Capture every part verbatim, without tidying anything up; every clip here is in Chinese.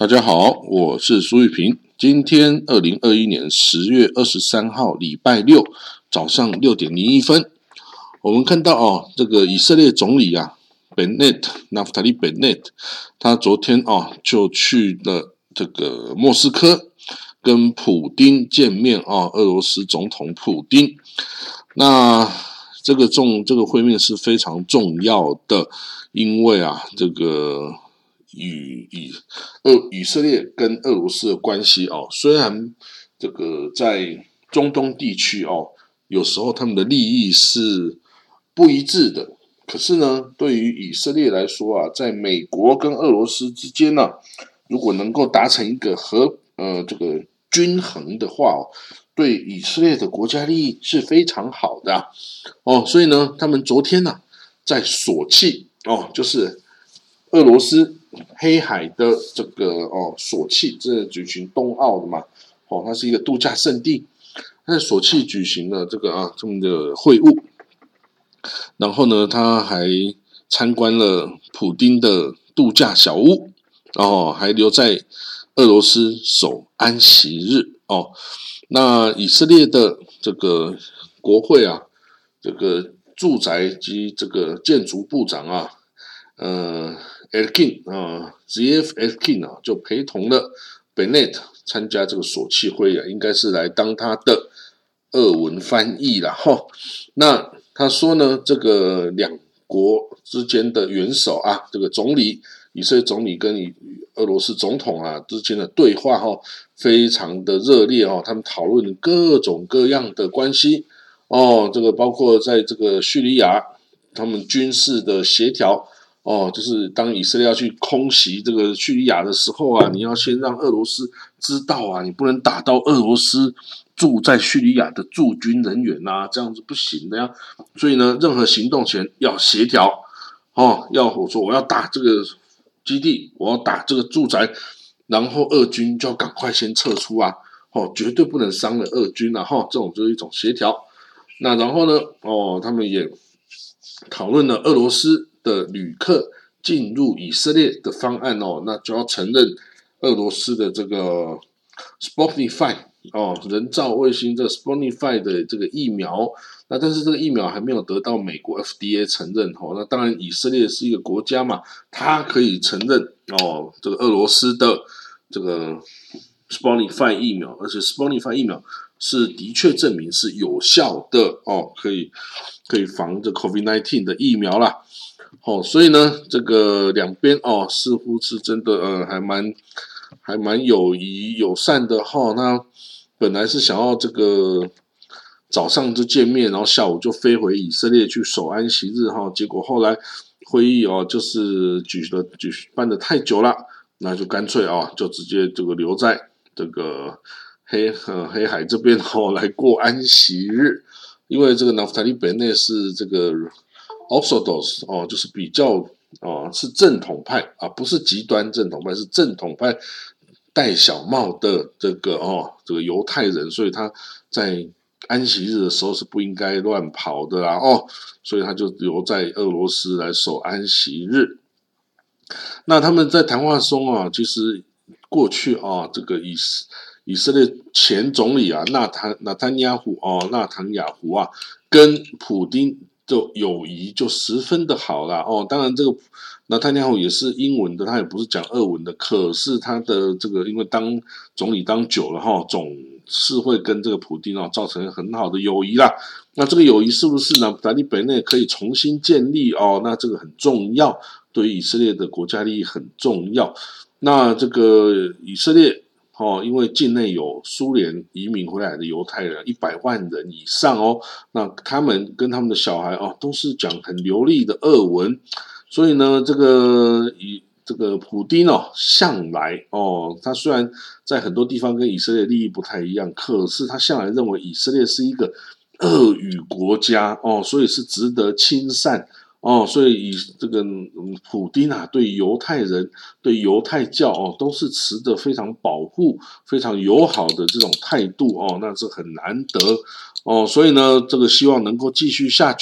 大家好，我是苏玉平。今天二零二一年十月二十三号礼拜六早上六点零一分，我们看到哦，这个以色列总理啊 Bennett 纳夫塔利 Bennett 他昨天哦就去了这个莫斯科跟普丁见面哦，俄罗斯总统普丁。那这个重这个会面是非常重要的，因为啊这个与以俄以色列跟俄罗斯的关系哦，虽然这个在中东地区哦，有时候他们的利益是不一致的，可是呢，对于以色列来说啊，在美国跟俄罗斯之间呢、啊，如果能够达成一个和呃这个均衡的话哦，对以色列的国家利益是非常好的、啊、哦，所以呢，他们昨天呢、啊，在索契哦，就是俄罗斯黑海的这个哦索契，这举行冬奥的嘛，哦，它是一个度假胜地，在索契举行了这个啊这么的会晤，然后呢，他还参观了普丁的度假小屋，哦，还留在俄罗斯守安息日哦。那以色列的这个国会啊，这个住宅及这个建筑部长啊，呃 Elkin 啊 Z F Elkin 啊，就陪同了 Bennett 参加这个索契会啊，应该是来当他的俄文翻译啦齁。那他说呢，这个两国之间的元首啊，这个总理以色列总理跟俄罗斯总统啊之间的对话齁，非常的热烈哦，他们讨论各种各样的关系哦，这个包括在这个叙利亚他们军事的协调。哦，就是当以色列要去空袭这个叙利亚的时候啊，你要先让俄罗斯知道啊，你不能打到俄罗斯住在叙利亚的驻军人员啊，这样子不行的呀。所以呢，任何行动前要协调哦，要我说我要打这个基地，我要打这个住宅，然后俄军就要赶快先撤出啊，哦，绝对不能伤了俄军啊，哈、哦，这种就是一种协调。那然后呢，哦，他们也讨论了俄罗斯的旅客进入以色列的方案哦，那就要承认俄罗斯的这个 Sputnik 哦，人造卫星这 Sputnik 的这个疫苗，那但是这个疫苗还没有得到美国 F D A 承认哦，那当然以色列是一个国家嘛，它可以承认哦这个俄罗斯的这个 Sputnik 疫苗，而且 Sputnik 疫苗是的确证明是有效的哦，可以可以防着 COVID 十九 的疫苗啦。哦，所以呢，这个两边哦，似乎是真的呃，还蛮还蛮友谊友善的哈、哦。那本来是想要这个早上就见面，然后下午就飞回以色列去守安息日哈、哦，结果后来会议哦，就是举了举办的太久了，那就干脆啊、哦，就直接这个留在这个黑呃黑海这边哦来过安息日，因为这个纳夫塔利本内是这个。Orthodox 哦，就是比较哦是正统派啊，不是极端正统派，是正统派戴小帽的这个哦这个犹太人，所以他在安息日的时候是不应该乱跑的啦哦，所以他就留在俄罗斯来守安息日。那他们在谈话中啊，其实过去啊这个以以色列前总理啊纳坦纳坦雅胡哦纳坦雅胡啊跟普丁。就友谊就十分的好啦哦，当然这个纳坦雅胡也是英文的，他也不是讲俄文的，可是他的这个因为当总理当久了哈、哦，总是会跟这个普丁哦造成很好的友谊啦。那这个友谊是不是呢？达利本内可以重新建立哦？那这个很重要，对于以色列的国家利益很重要。那这个以色列。哦，因为境内有苏联移民回来的犹太人一百万人以上哦，那他们跟他们的小孩哦都是讲很流利的俄文，所以呢，这个以这个普丁哦向来哦，他虽然在很多地方跟以色列利益不太一样，可是他向来认为以色列是一个俄语国家哦，所以是值得亲善。哦，所以以这个嗯，普丁啊，对犹太人、对犹太教哦，都是持着非常保护、非常友好的这种态度哦，那是很难得哦。所以呢，这个希望能够继续下去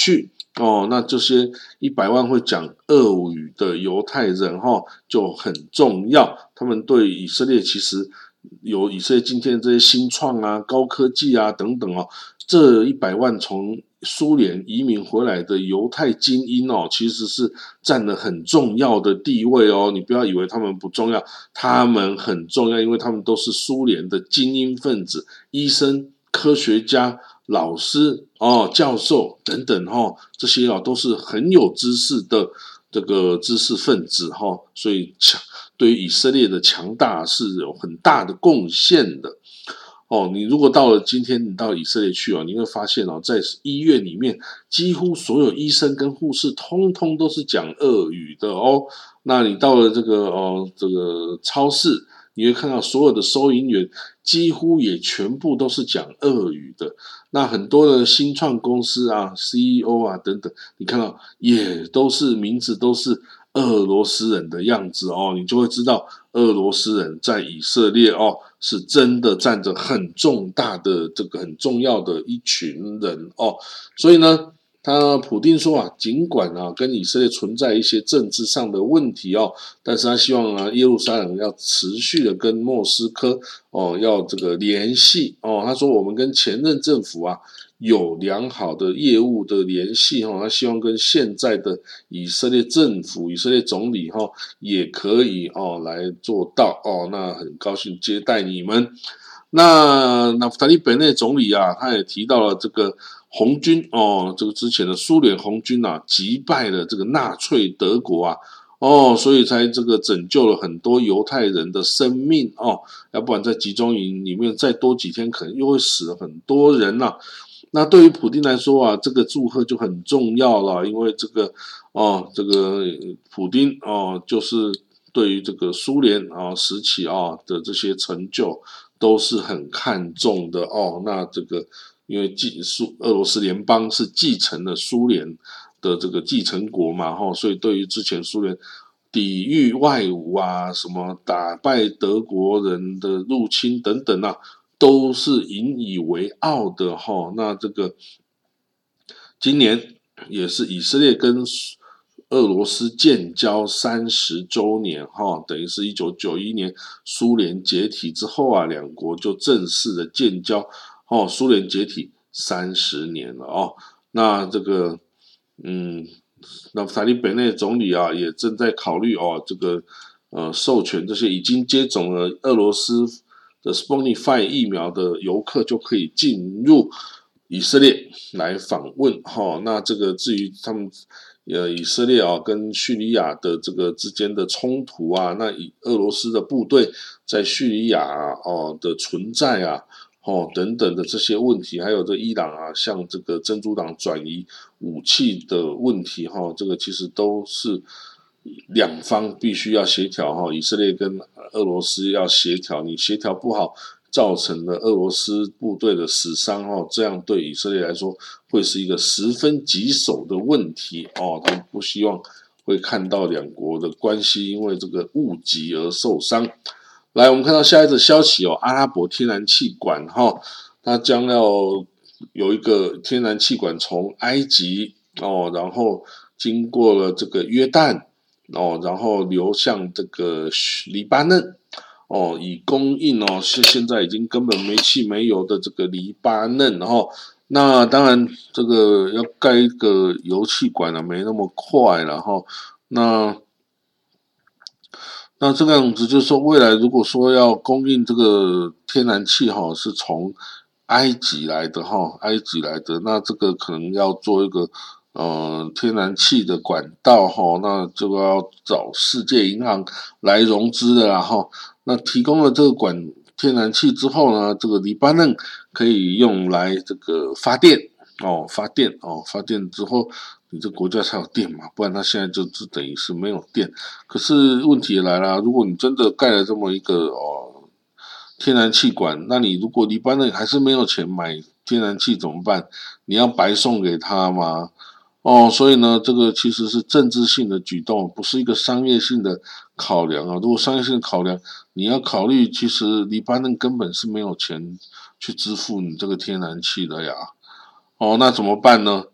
哦，那这些一百万会讲俄语的犹太人哈、哦、就很重要，他们对以色列其实有以色列今天的这些新创啊、高科技啊等等哦，这一百万从苏联移民回来的犹太精英哦，其实是占了很重要的地位哦。你不要以为他们不重要，他们很重要，因为他们都是苏联的精英分子，医生、科学家、老师哦、教授等等哦，这些哦都是很有知识的这个知识分子哈、哦，所以强对于以色列的强大是有很大的贡献的。哦，你如果到了今天，你到以色列去哦，你会发现哦，在医院里面，几乎所有医生跟护士通通都是讲俄语的哦。那你到了这个哦，这个超市，你会看到所有的收银员几乎也全部都是讲俄语的。那很多的新创公司啊 ，C E O 啊等等，你看到也都是名字都是俄罗斯人的样子哦，你就会知道俄罗斯人在以色列哦。是真的占着很重大的这个很重要的一群人哦，所以呢，他普丁说啊，尽管啊跟以色列存在一些政治上的问题哦，但是他希望啊耶路撒冷要持续的跟莫斯科哦要这个联系哦，他说我们跟前任政府啊有良好的业务的联系哈、哦，他希望跟现在的以色列政府、以色列总理哈、哦、也可以哦来做到哦，那很高兴接待你们。那纳夫塔利本内总理啊，他也提到了这个红军哦，这个之前的苏联红军啊击败了这个纳粹德国啊。哦，所以才这个拯救了很多犹太人的生命哦，要不然在集中营里面再多几天，可能又会死很多人呐、啊。那对于普丁来说啊，这个祝贺就很重要了，因为这个哦，这个普丁哦，就是对于这个苏联啊时期啊的这些成就都是很看重的哦。那这个因为继苏俄罗斯联邦是继承了苏联的这个继承国嘛，哈、哦，所以对于之前苏联抵御外侮啊，什么打败德国人的入侵等等啊。都是引以为傲的哈、哦，那这个今年也是以色列跟俄罗斯建交三十周年哈、哦，等于是一九九一年苏联解体之后啊，两国就正式的建交哦，苏联解体三十年了哦，那这个嗯，那塔利本内总理啊也正在考虑哦，这个呃授权这些已经接种了俄罗斯的 Sputnik 五 疫苗的游客就可以进入以色列来访问哈、哦。那这个至于他们呃以色列啊跟叙利亚的这个之间的冲突啊，那以俄罗斯的部队在叙利亚啊哦的存在啊。哦，等等的这些问题，还有这伊朗啊，向这个真主党转移武器的问题，哈、哦，这个其实都是两方必须要协调，哈、哦，以色列跟俄罗斯要协调，你协调不好，造成了俄罗斯部队的死伤，哦，这样对以色列来说会是一个十分棘手的问题，哦，他们不希望会看到两国的关系因为这个误击而受伤。来，我们看到下一则消息哦，阿拉伯天然气管哈、哦，它将要有一个天然气管从埃及哦，然后经过了这个约旦哦，然后流向这个黎巴嫩哦，以供应哦现现在已经根本没气没油的这个黎巴嫩，然后那当然这个要盖一个油气管啊，没那么快了哈、哦，那。那这个样子就是说，未来如果说要供应这个天然气哈，是从埃及来的哈，埃及来的，那这个可能要做一个呃天然气的管道哈，那就要找世界银行来融资的啦哈。那提供了这个管天然气之后呢，这个黎巴嫩可以用来这个发电哦，发电哦，发电之后。你这国家才有电嘛，不然它现在就就等于是没有电。可是问题也来了，如果你真的盖了这么一个哦天然气管，那你如果黎巴嫩还是没有钱买天然气怎么办？你要白送给他吗？哦，所以呢，这个其实是政治性的举动，不是一个商业性的考量啊。如果商业性的考量，你要考虑，其实黎巴嫩根本是没有钱去支付你这个天然气的呀。哦，那怎么办呢？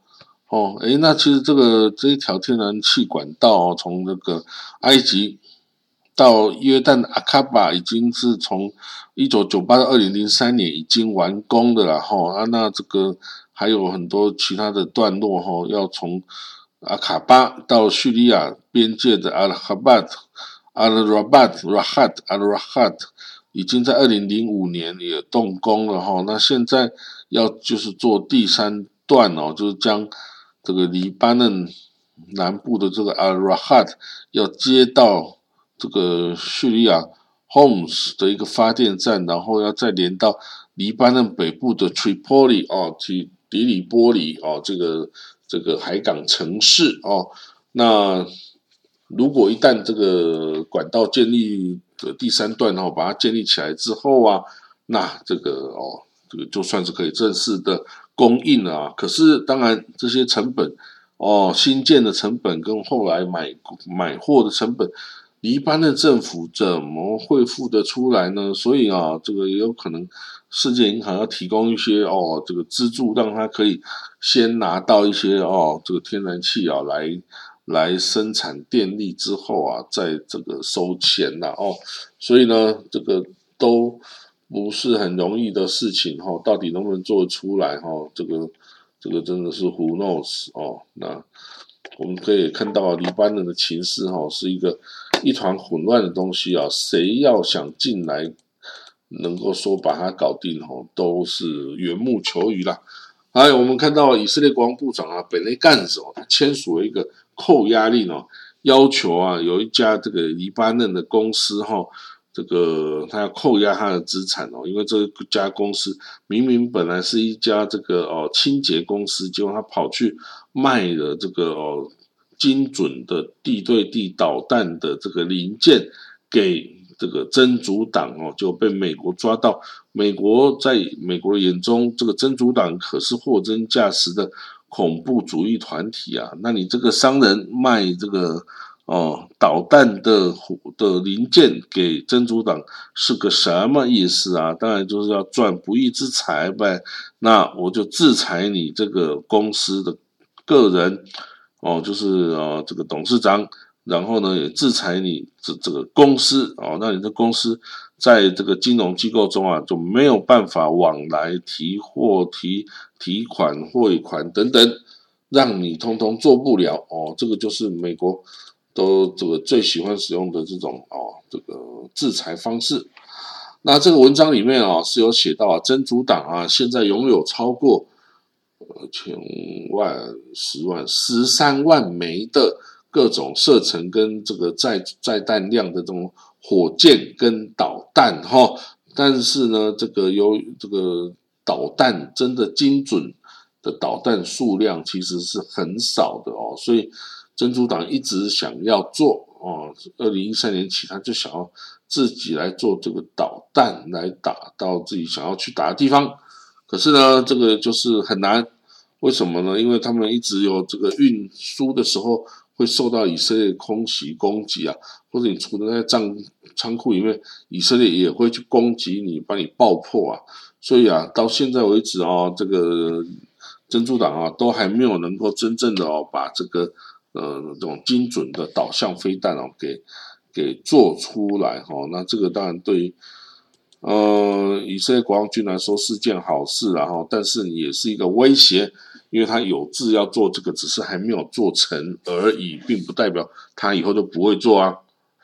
哦，诶，那其实这个这一条天然气管道哦，从那个埃及到约旦的阿卡巴，已经是从一九九八到二零零三年已经完工的了哈。啊，那这个还有很多其他的段落哈，要从阿卡巴到叙利亚边界的阿拉哈巴特、阿拉拉巴特、拉哈特、阿拉拉哈特，已经在二零零五年也动工了哈。那现在要就是做第三段哦，就是将这个黎巴嫩南部的这个阿拉哈特要接到这个叙利亚 Homs 的一个发电站，然后要再连到黎巴嫩北部的 Tripoli 哦，提迪里波里哦，这个这个海港城市哦。那如果一旦这个管道建立的第三段哦，把它建立起来之后啊，那这个哦，这个就算是可以正式的供应了啊。可是当然这些成本哦，新建的成本跟后来买买货的成本，黎巴嫩政府怎么会付得出来呢？所以啊，这个也有可能世界银行要提供一些哦，这个资助，让他可以先拿到一些哦，这个天然气啊，来来生产电力之后啊，再这个收钱啦哦。所以呢，这个都不是很容易的事情哈、哦，到底能不能做得出来哈、哦？这个这个真的是 who knows 哦。那我们可以看到黎巴嫩的情势哈、哦，是一个一团混乱的东西啊，谁要想进来，能够说把它搞定哈，都是缘木求鱼啦。还有我们看到以色列国防部长啊，本内干子哦，他签署了一个扣押令哦，要求啊有一家这个黎巴嫩的公司哈、哦，这个他要扣押他的资产哦，因为这家公司明明本来是一家这个哦清洁公司，结果他跑去卖了这个哦精准的地对地导弹的这个零件给这个真主党哦，就被美国抓到。美国在美国的眼中，这个真主党可是货真价实的恐怖主义团体啊！那你这个商人卖这个哦导弹的的零件给真主党是个什么意思啊？当然就是要赚不义之财呗。那我就制裁你这个公司的个人哦，就是哦这个董事长。然后呢，也制裁你这这个公司哦，那你的公司在这个金融机构中啊，就没有办法往来提货、提提款、汇款等等，让你通通做不了哦。这个就是美国都这个最喜欢使用的这种哦这个制裁方式。那这个文章里面啊是有写到啊，真主党啊现在拥有超过呃千万、十万、十三万枚的各种射程跟这个载载弹量的这种火箭跟导弹哈，但是呢，这个由这个导弹真的精准的导弹数量其实是很少的哦，所以真主党一直想要做哦，二零一三年起他就想要自己来做这个导弹来打到自己想要去打的地方，可是呢，这个就是很难。为什么呢？因为他们一直有这个运输的时候会受到以色列空袭攻击啊，或者你储存在仓仓库里面，以色列也会去攻击你，把你爆破啊。所以啊，到现在为止哦，这个真主党啊，都还没有能够真正的哦，把这个呃这种精准的导向飞弹哦给给做出来哈、哦。那这个当然对于呃，以色列国防军来说是件好事啦，然后但是也是一个威胁，因为他有志要做这个，只是还没有做成而已，并不代表他以后就不会做啊。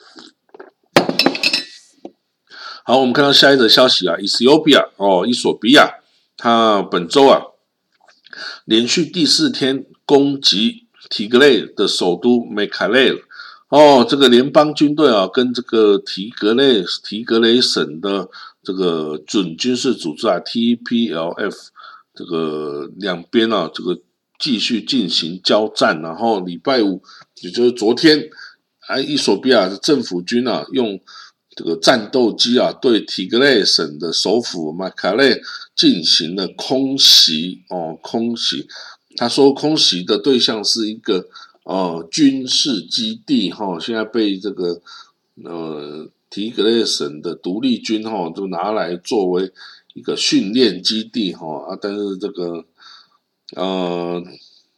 好，我们看到下一则消息啊 ，Ethiopia 哦，伊索比亚，它本周啊，连续第四天攻击提格雷的首都梅卡雷哦，这个联邦军队啊，跟这个提格雷提格雷省的这个准军事组织啊 T P L F 这个两边啊，这个继续进行交战。然后礼拜五，也就是昨天，啊，伊索比亚的政府军啊，用这个战斗机啊，对提格雷省的首府马卡雷进行了空袭哦，空袭。他说空袭的对象是一个呃军事基地哈、哦，现在被这个呃提格雷省的独立军哈、哦，就拿来作为一个训练基地哈、哦、啊，但是这个呃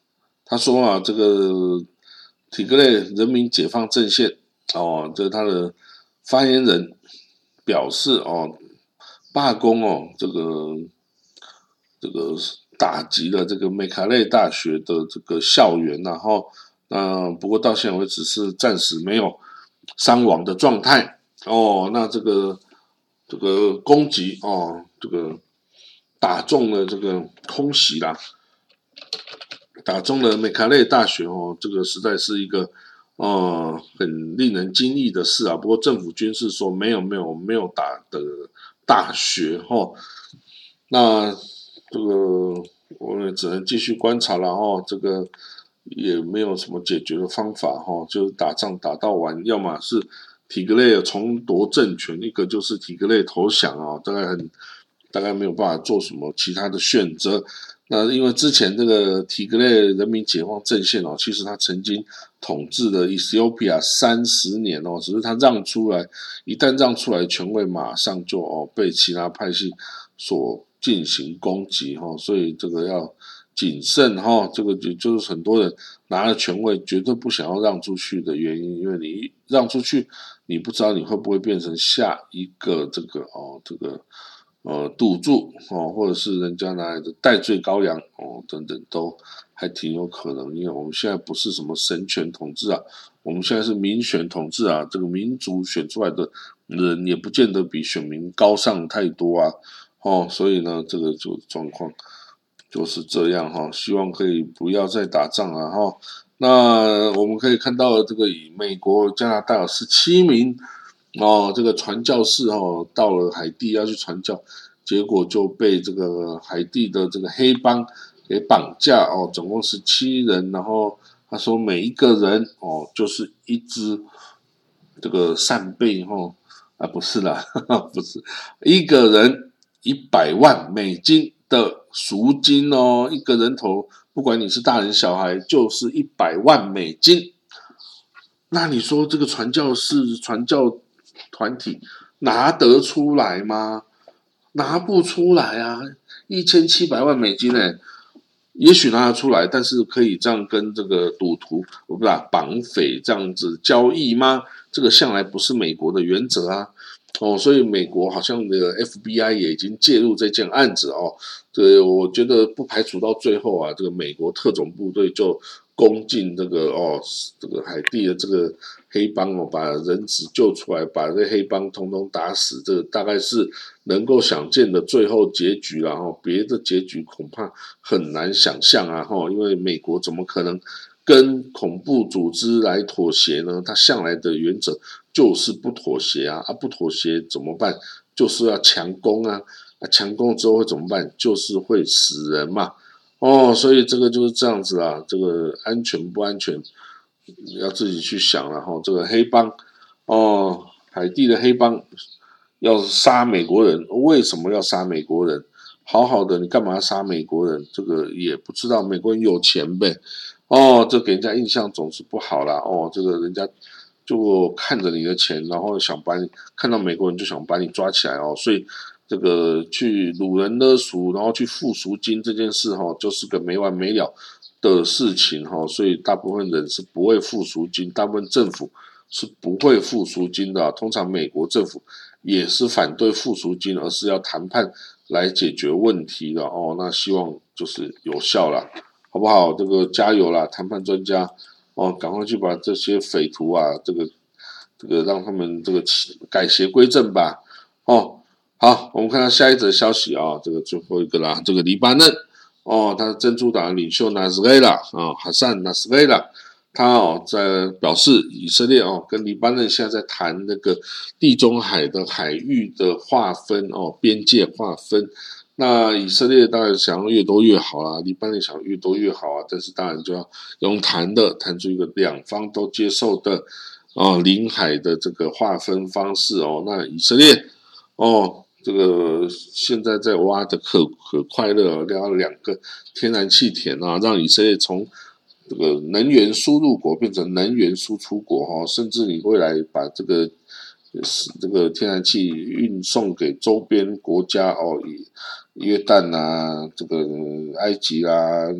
他说啊，这个体格雷人民解放阵线哦，这他的发言人表示哦，罢工哦，这个这个打击了这个美卡雷大学的这个校园，然后那不过到现在为止是暂时没有伤亡的状态哦。那这个这个攻击哦，这个打中了这个空袭啦，打中了美卡雷大学哦，这个实在是一个呃很令人惊异的事啊。不过政府军事说没有没有没有打的大学哦，那这个我们只能继续观察了哦，这个也没有什么解决的方法哈，就是打仗打到完，要么是体格雷重夺政权，一个就是体格雷投降啊，大概很大概没有办法做什么其他的选择。那因为之前这个体格雷人民解放阵线哦，其实他曾经统治了 Ethiopia 三十年哦，只是他让出来，一旦让出来权位，马上就哦被其他派系所进行攻击哈，所以这个要谨慎哈，这个就就是很多人拿了权位绝对不想要让出去的原因，因为你让出去，你不知道你会不会变成下一个这个哦这个呃赌注哦，或者是人家拿来的代罪羔羊哦等等，都还挺有可能，因为我们现在不是什么神权统治啊，我们现在是民选统治啊，这个民主选出来的人也不见得比选民高尚太多啊。哦，所以呢，这个就状况就是这样哈，希望可以不要再打仗了哈。那我们可以看到，这个以美国、加拿大有十七名哦，这个传教士哦，到了海地要去传教，结果就被这个海地的这个黑帮给绑架哦，总共十七人，然后他说每一个人哦，就是一只这个扇贝哦，啊不是啦，呵呵不是一个人。一百万美金的赎金哦，一个人头，不管你是大人小孩，就是一百万美金。那你说这个传教士、传教团体拿得出来吗？拿不出来啊！一千七百万美金呢，也许拿得出来，但是可以这样跟这个赌徒，我不知道绑匪这样子交易吗？这个向来不是美国的原则啊。哦，所以美国好像那个 F B I 也已经介入这件案子哦，这个我觉得不排除到最后啊，这个美国特种部队就攻进这个哦，这个海地的这个黑帮哦，把人质救出来，把这黑帮通通打死，这个大概是能够想见的最后结局了哈，别的结局恐怕很难想象啊哈，因为美国怎么可能跟恐怖组织来妥协呢？他向来的原则就是不妥协啊，啊不妥协怎么办？就是要强攻啊，啊强攻之后会怎么办？就是会死人嘛。哦，所以这个就是这样子啊，这个安全不安全要自己去想了哈。这个黑帮哦，海地的黑帮要杀美国人，为什么要杀美国人？好好的，你干嘛杀美国人？这个也不知道，美国人有钱呗。哦，这给人家印象总是不好啦。哦，这个人家就看着你的钱，然后想把你看到美国人就想把你抓起来哦，所以这个去掳人勒赎，然后去付赎金这件事哈、哦，就是个没完没了的事情哈、哦，所以大部分人是不会付赎金，大部分政府是不会付赎金的、啊。通常美国政府也是反对付赎金，而是要谈判来解决问题的哦。那希望就是有效啦。好不好？这个加油啦，谈判专家哦，赶快去把这些匪徒啊，这个这个让他们这个改邪归正吧。哦，好，我们看到下一则消息啊，这个最后一个啦，这个黎巴嫩哦，他的真主党领袖纳斯雷拉啊，哈桑纳斯雷拉，他哦在表示以色列哦跟黎巴嫩现在在谈那个地中海的海域的划分哦，边界划分。那以色列当然想要越多越好啦，黎巴嫩想要越多越好啊，但是当然就要用谈的谈出一个两方都接受的哦领海的这个划分方式哦。那以色列哦，这个现在在挖的可可快乐，要两个天然气田啊，让以色列从这个能源输入国变成能源输出国哈、哦，甚至你未来把这个。这个天然气运送给周边国家哦，约旦啊，这个埃及啦、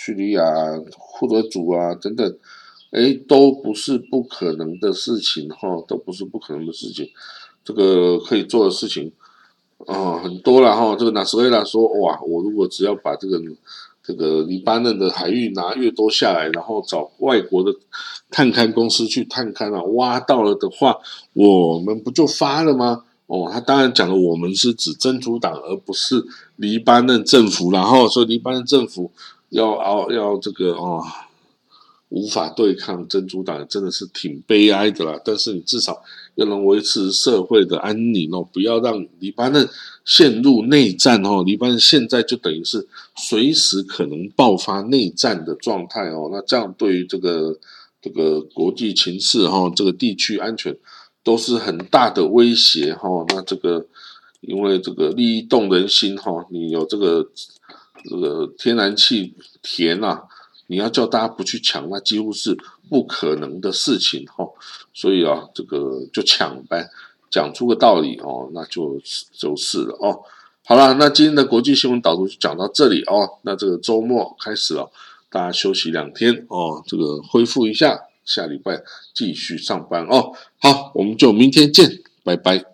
叙利亚库德族啊等等，哎，都不是不可能的事情哈，都不是不可能的事情。这个可以做的事情啊、呃、很多了哈。这个纳斯维拉说，哇，我如果只要把这个这个黎巴嫩的海域拿越多下来，然后找外国的探勘公司去探勘啊，挖到了的话，我们不就发了吗？哦，他当然讲的我们是指真主党，而不是黎巴嫩政府，然后说黎巴嫩政府要要要这个哦，无法对抗真主党，真的是挺悲哀的啦。但是你至少要能维持社会的安宁哦，不要让黎巴嫩陷入内战哦。黎巴嫩现在就等于是随时可能爆发内战的状态哦。那这样对于这个这个国际情势哈、哦，这个地区安全都是很大的威胁哈、哦。那这个因为这个利益动人心哈、哦，你有这个这个天然气田啊，你要叫大家不去抢，那几乎是不可能的事情哈、哦。所以啊，这个就抢呗，讲出个道理哦，那就就是了哦。好了，那今天的国际新闻导读就讲到这里哦。那这个周末开始了，大家休息两天哦，这个恢复一下，下礼拜继续上班哦。好，我们就明天见，拜拜。